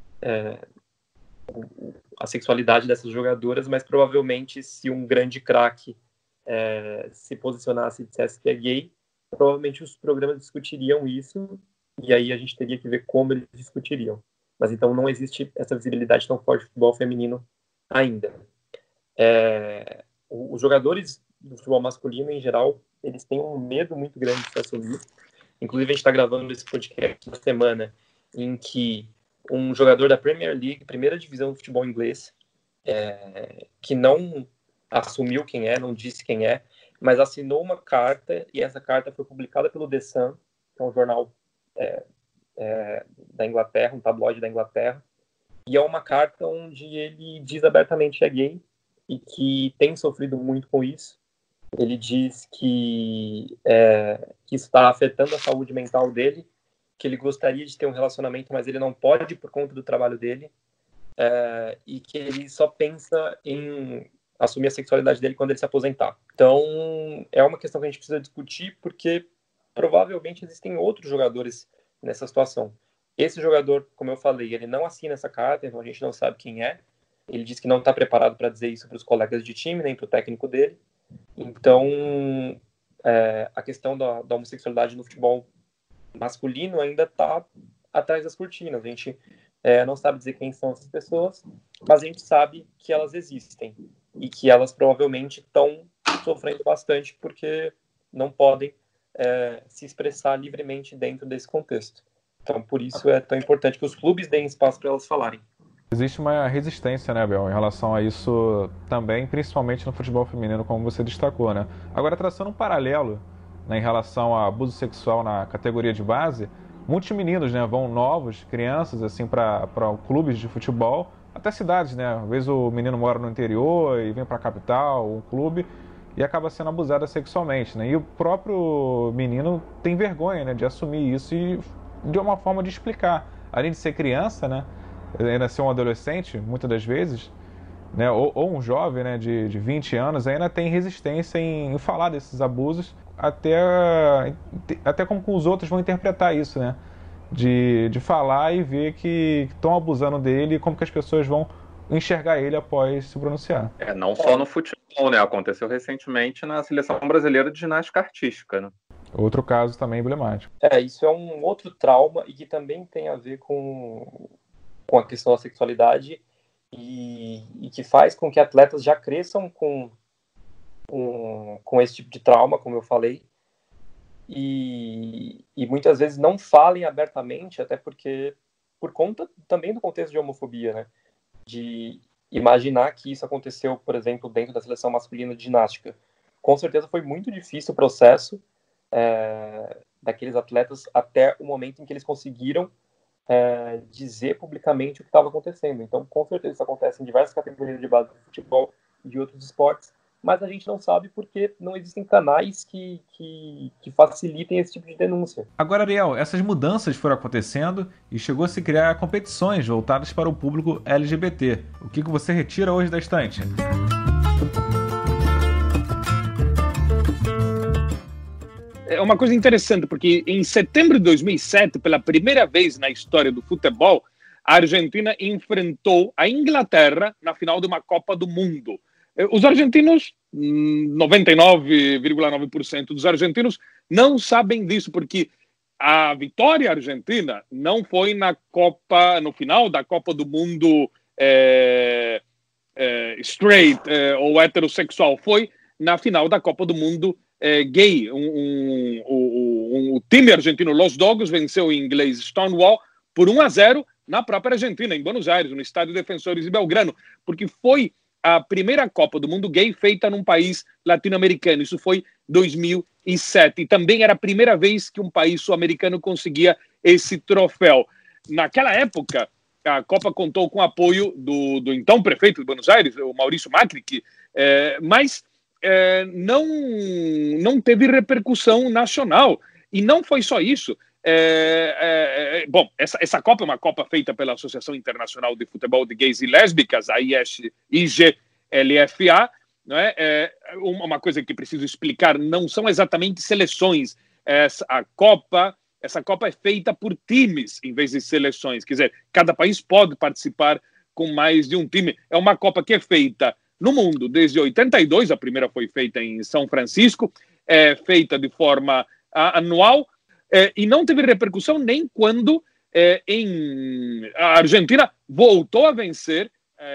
a sexualidade dessas jogadoras, mas provavelmente se um grande craque se posicionasse e dissesse que é gay, provavelmente os programas discutiriam isso, e aí a gente teria que ver como eles discutiriam. Mas então não existe essa visibilidade tão forte do futebol feminino ainda. Os jogadores do futebol masculino, em geral, eles têm um medo muito grande de se assumir. Inclusive, a gente está gravando esse podcast na semana em que um jogador da Premier League, primeira divisão do futebol inglês, que não assumiu quem é, não disse quem é, mas assinou uma carta, e essa carta foi publicada pelo The Sun, que é um jornal da Inglaterra, um tabloide da Inglaterra, e é uma carta onde ele diz abertamente que é gay e que tem sofrido muito com isso. Ele diz que isso está afetando a saúde mental dele, que ele gostaria de ter um relacionamento, mas ele não pode por conta do trabalho dele, e que ele só pensa em assumir a sexualidade dele quando ele se aposentar. Então, é uma questão que a gente precisa discutir, porque provavelmente existem outros jogadores nessa situação. Esse jogador, como eu falei, ele não assina essa carta, então a gente não sabe quem é. Ele diz que não está preparado para dizer isso para os colegas de time, nem para o técnico dele. Então, a questão da homossexualidade no futebol masculino ainda está atrás das cortinas. A gente não sabe dizer quem são essas pessoas, mas a gente sabe que elas existem e que elas provavelmente estão sofrendo bastante porque não podem se expressar livremente dentro desse contexto. Então, por isso é tão importante que os clubes deem espaço para elas falarem. Existe uma resistência, né, Bel, em relação a isso também, principalmente no futebol feminino, como você destacou, né? Agora, traçando um paralelo, né, em relação a abuso sexual na categoria de base, muitos meninos, né, vão novos, crianças, assim, para clubes de futebol, até cidades, né? Às vezes o menino mora no interior e vem para a capital, um clube, e acaba sendo abusada sexualmente, né? E o próprio menino tem vergonha, né, de assumir isso e de uma forma de explicar. Além de ser criança, né, ainda ser um adolescente, muitas das vezes, né, ou um jovem, né, de 20 anos, ainda tem resistência em falar desses abusos, até como os outros vão interpretar isso, né? De falar e ver que estão abusando dele e como que as pessoas vão enxergar ele após se pronunciar. Não só no futebol, né? Aconteceu recentemente na Seleção Brasileira de Ginástica Artística, né? Outro caso também emblemático. Isso é um outro trauma e que também tem a ver com a questão da sexualidade e que faz com que atletas já cresçam com esse tipo de trauma, como eu falei, e muitas vezes não falem abertamente, até porque, por conta também do contexto de homofobia, né? De imaginar que isso aconteceu, por exemplo, dentro da seleção masculina de ginástica. Com certeza foi muito difícil o processo daqueles atletas até o momento em que eles conseguiram dizer publicamente o que estava acontecendo. Então, com certeza isso acontece em diversas categorias de base do futebol e de outros esportes, mas a gente não sabe porque não existem canais que facilitem esse tipo de denúncia. Agora, Ariel, essas mudanças foram acontecendo e chegou a se criar competições voltadas para o público LGBT. O que você retira hoje da estante? É uma coisa interessante, porque em setembro de 2007, pela primeira vez na história do futebol, a Argentina enfrentou a Inglaterra na final de uma Copa do Mundo. Os argentinos, 99,9% dos argentinos, não sabem disso, porque a vitória argentina não foi no final da Copa do Mundo straight ou heterossexual, foi na final da Copa do Mundo gay. O time argentino Los Dogos venceu o inglês Stonewall por 1-0 na própria Argentina, em Buenos Aires, no estádio Defensores de Belgrano, porque foi a primeira Copa do Mundo gay feita num país latino-americano. Isso foi 2007. E também era a primeira vez que um país sul-americano conseguia esse troféu. Naquela época, a Copa contou com o apoio do então prefeito de Buenos Aires, o Maurício Macri, mas não teve repercussão nacional. E não foi só isso. Bom, essa Copa é uma Copa feita pela Associação Internacional de Futebol de Gays e Lésbicas, a IGLFA, não é? Uma coisa que preciso explicar, não são exatamente seleções. Essa Copa é feita por times em vez de seleções, quer dizer, cada país pode participar com mais de um time. É uma Copa que é feita no mundo desde 82, a primeira foi feita em São Francisco, é feita de forma anual, e não teve repercussão nem quando a Argentina voltou a vencer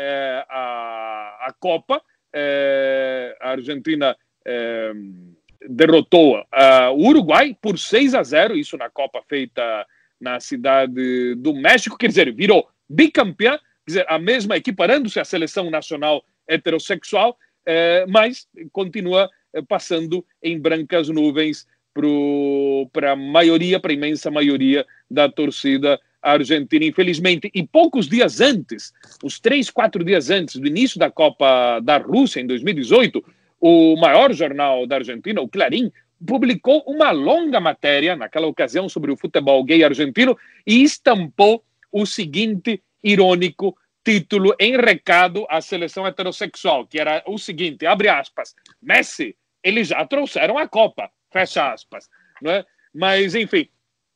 a Copa. A Argentina derrotou o Uruguai por 6-0, isso na Copa feita na cidade do México, quer dizer, virou bicampeã, quer dizer, a mesma equiparando-se à seleção nacional heterossexual, mas continua passando em brancas nuvens para a imensa maioria da torcida argentina, infelizmente. E poucos dias antes, uns 3, 4 dias antes do início da Copa da Rússia, em 2018, o maior jornal da Argentina, o Clarín, publicou uma longa matéria, naquela ocasião, sobre o futebol gay argentino e estampou o seguinte irônico título em recado à seleção heterossexual, que era o seguinte, abre aspas, Messi, eles já trouxeram a Copa, fecha aspas, não é? Mas, enfim,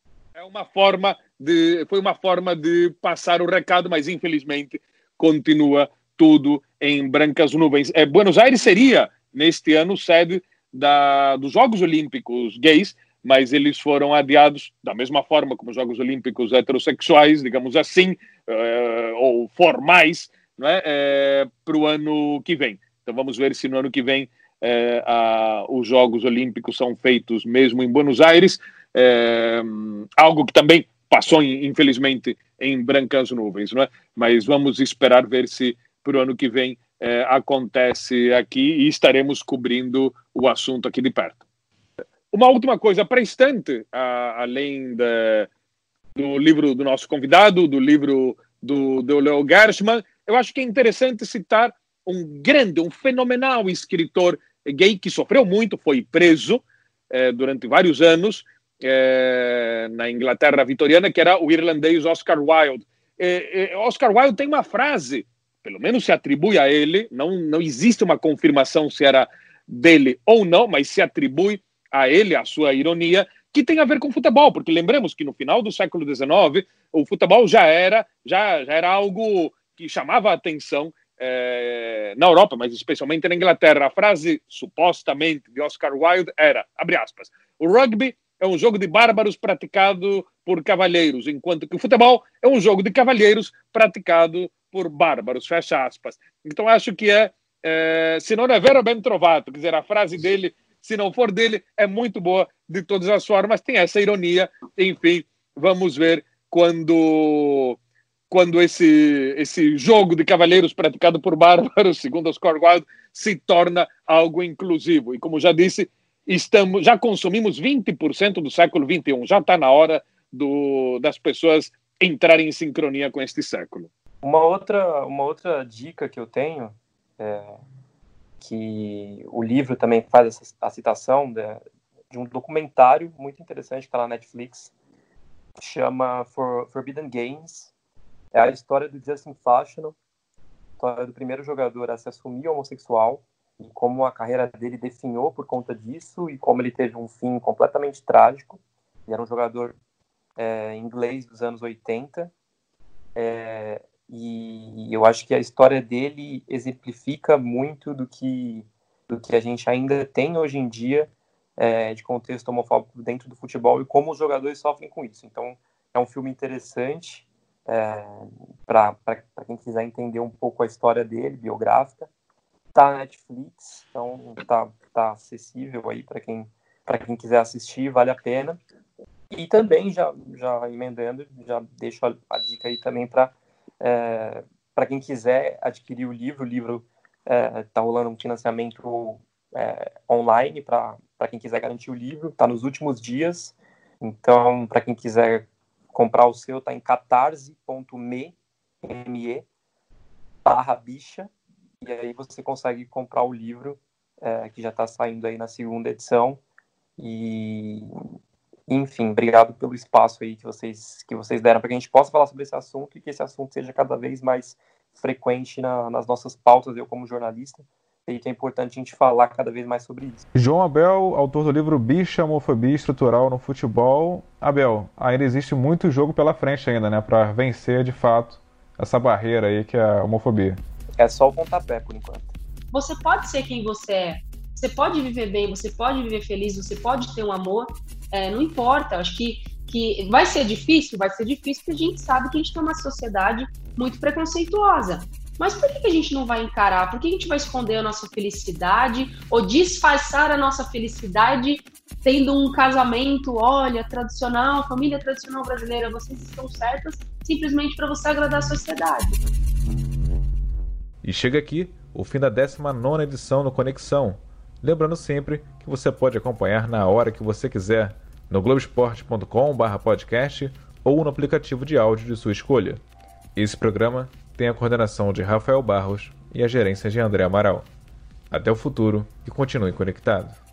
foi uma forma de passar o recado, mas, infelizmente, continua tudo em brancas nuvens. Buenos Aires seria, neste ano, sede dos Jogos Olímpicos gays, mas eles foram adiados da mesma forma como os Jogos Olímpicos heterossexuais, digamos assim, ou formais, não é? Para o ano que vem. Então, vamos ver se no ano que vem os Jogos Olímpicos são feitos mesmo em Buenos Aires, algo que também passou, infelizmente, em brancas nuvens, não é? Mas vamos esperar ver se para o ano que vem acontece aqui e estaremos cobrindo o assunto aqui de perto. Uma última coisa para instante, além do livro do nosso convidado, do livro do Leo Gershman, eu acho que é interessante citar um fenomenal escritor gay que sofreu muito, foi preso durante vários anos na Inglaterra vitoriana, que era o irlandês Oscar Wilde. Oscar Wilde tem uma frase, pelo menos se atribui a ele, não existe uma confirmação se era dele ou não, mas se atribui a ele a sua ironia, que tem a ver com futebol, porque lembremos que no final do século XIX o futebol já era algo que chamava a atenção na Europa, mas especialmente na Inglaterra. A frase, supostamente, de Oscar Wilde era, abre aspas, o rugby é um jogo de bárbaros praticado por cavalheiros, enquanto que o futebol é um jogo de cavalheiros praticado por bárbaros, fecha aspas. Então acho que se não é vero, ben trovato, quer dizer, a frase dele, se não for dele, é muito boa de todas as formas, tem essa ironia, enfim, vamos ver quando esse jogo de cavalheiros praticado por bárbaros, segundo Oscar Wilde, se torna algo inclusivo. E como já disse, já consumimos 20% do século XXI, já está na hora das pessoas entrarem em sincronia com este século. Uma outra dica que eu tenho, que o livro também faz a citação de um documentário muito interessante que está na Netflix, que chama Forbidden Games. É a história do Justin Fashanu, a história do primeiro jogador a se assumir homossexual e como a carreira dele definhou por conta disso e como ele teve um fim completamente trágico. Ele era um jogador inglês dos anos 80 e eu acho que a história dele exemplifica muito do que a gente ainda tem hoje em dia de contexto homofóbico dentro do futebol e como os jogadores sofrem com isso. Então, é um filme interessante para quem quiser entender um pouco a história dele, biográfica. Está na Netflix, então tá acessível aí para quem quiser assistir, vale a pena. E também, já emendando, já deixo a dica aí também para quem quiser adquirir o livro está rolando um financiamento online para quem quiser garantir o livro, está nos últimos dias, então para quem quiser comprar o seu, está em catarse.me/bicha, e aí você consegue comprar o livro que já está saindo aí na segunda edição. E enfim, obrigado pelo espaço aí que vocês deram para que a gente possa falar sobre esse assunto e que esse assunto seja cada vez mais frequente nas nossas pautas, eu como jornalista, e que é importante a gente falar cada vez mais sobre isso. João Abel, autor do livro Bicha, Homofobia Estrutural no Futebol. Abel, ainda existe muito jogo pela frente ainda, né, para vencer de fato essa barreira aí que é a homofobia. É só o pontapé por enquanto. Você pode ser quem você é, você pode viver bem, você pode viver feliz, você pode ter um amor, não importa, acho que vai ser difícil porque a gente sabe que a gente tem uma sociedade muito preconceituosa. Mas por que a gente não vai encarar? Por que a gente vai esconder a nossa felicidade ou disfarçar a nossa felicidade tendo um casamento, tradicional, família tradicional brasileira? Vocês estão certas simplesmente para você agradar a sociedade. E chega aqui o fim da 19ª edição do Conexão. Lembrando sempre que você pode acompanhar na hora que você quiser no globesport.com/podcast ou no aplicativo de áudio de sua escolha. Esse programa tem a coordenação de Rafael Barros e a gerência de André Amaral. Até o futuro e continue conectado.